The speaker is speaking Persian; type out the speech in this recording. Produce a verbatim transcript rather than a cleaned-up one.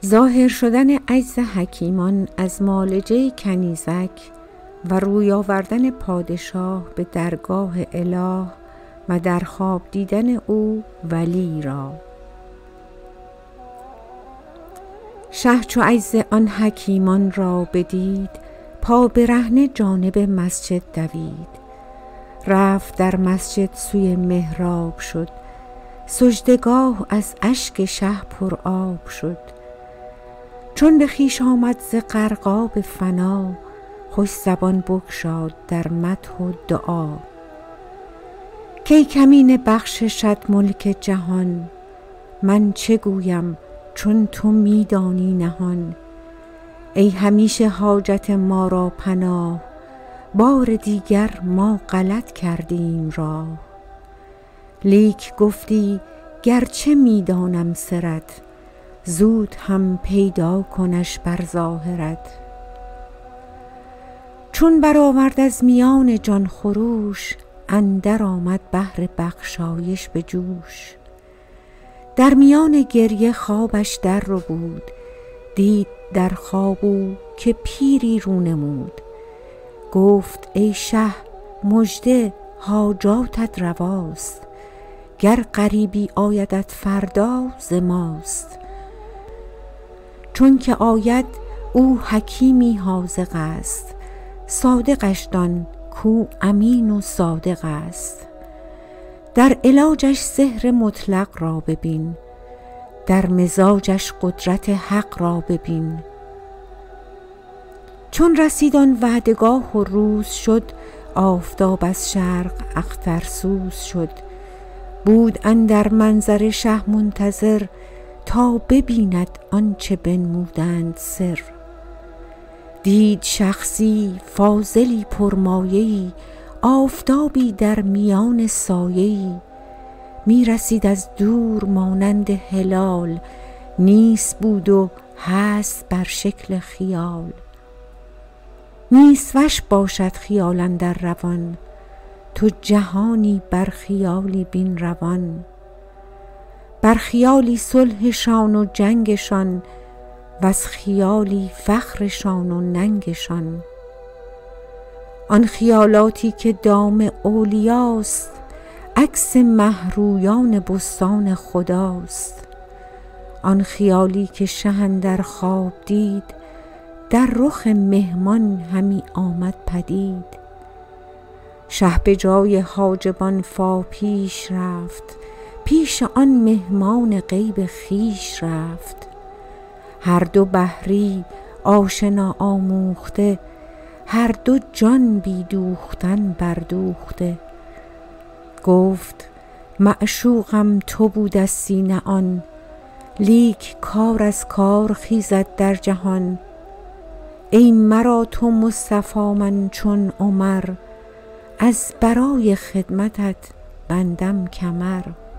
ظاهر شدن عجز حکیمان از معالجه کنیزک و روی آوردن پادشاه به درگاه اله و در خواب دیدن او ولی را. شه چو عجز آن حکیمان را بدید، پا برهنه جانب مسجد دوید. رفت در مسجد سوی محراب شد، سجدگاه از اشک شه پر آب شد. چون به خویش آمد ز غرقاب فنا، خوش زبان بگشاد در مدح و دعا. کی کمینه بخششت ملک جهان، من چه گویم چون تو می دانی نهان. ای همیشه حاجت ما را پناه، بار دیگر ما غلط کردیم راه. لیک گفتی گرچه می دانم سرت، زود هم پیدا کنش بر ظاهرت. چون برآورد از میان جان خروش، اندر آمد بحر بخشایش به جوش. در میان گریه خوابش در ربود، دید در خواب او که پیری رو نمود. گفت ای شه مژده حاجاتت رواست، گر غریبی آیدت فردا ز ماست. چون که آید او حکیمی حاذق است، صادقش دان کو امین و صادق است. در علاجش سحر مطلق را ببین، در مزاجش قدرت حق را ببین. چون رسید آن وعدگاه و روز شد، آفتاب از شرق اخترسوز شد. بود اندر منظر شه منتظر، تا ببیند آنچه بنمودند سر. دید شخصی فاضلی پرمایه‌ای، آفتابی در میان سایه‌ای. می رسید از دور مانند هلال، نیست بود و هست بر شکل خیال. نیست وش باشد خیال اندر روان، تو جهانی بر خیالی بین روان. بر خیالی صلحشان و جنگشان، وز خیالی فخرشان و ننگشان. آن خیالاتی که دام اولیاست، عکس مهرویان بستان خداست. آن خیالی که شه اندر خواب دید، در رخ مهمان همی آمد پدید. شه به جای حاجبان فا پیش رفت، پیش آن مهمان غیب خویش رفت. هر دو بحری آشنا آموخته، هر دو جان بی دوختن بردوخته. گفت معشوقم تو بودستی نه آن، لیک کار از کار خیزد در جهان. ای مرا تو مصطفی من چون عمر، از برای خدمتت بندم کمر.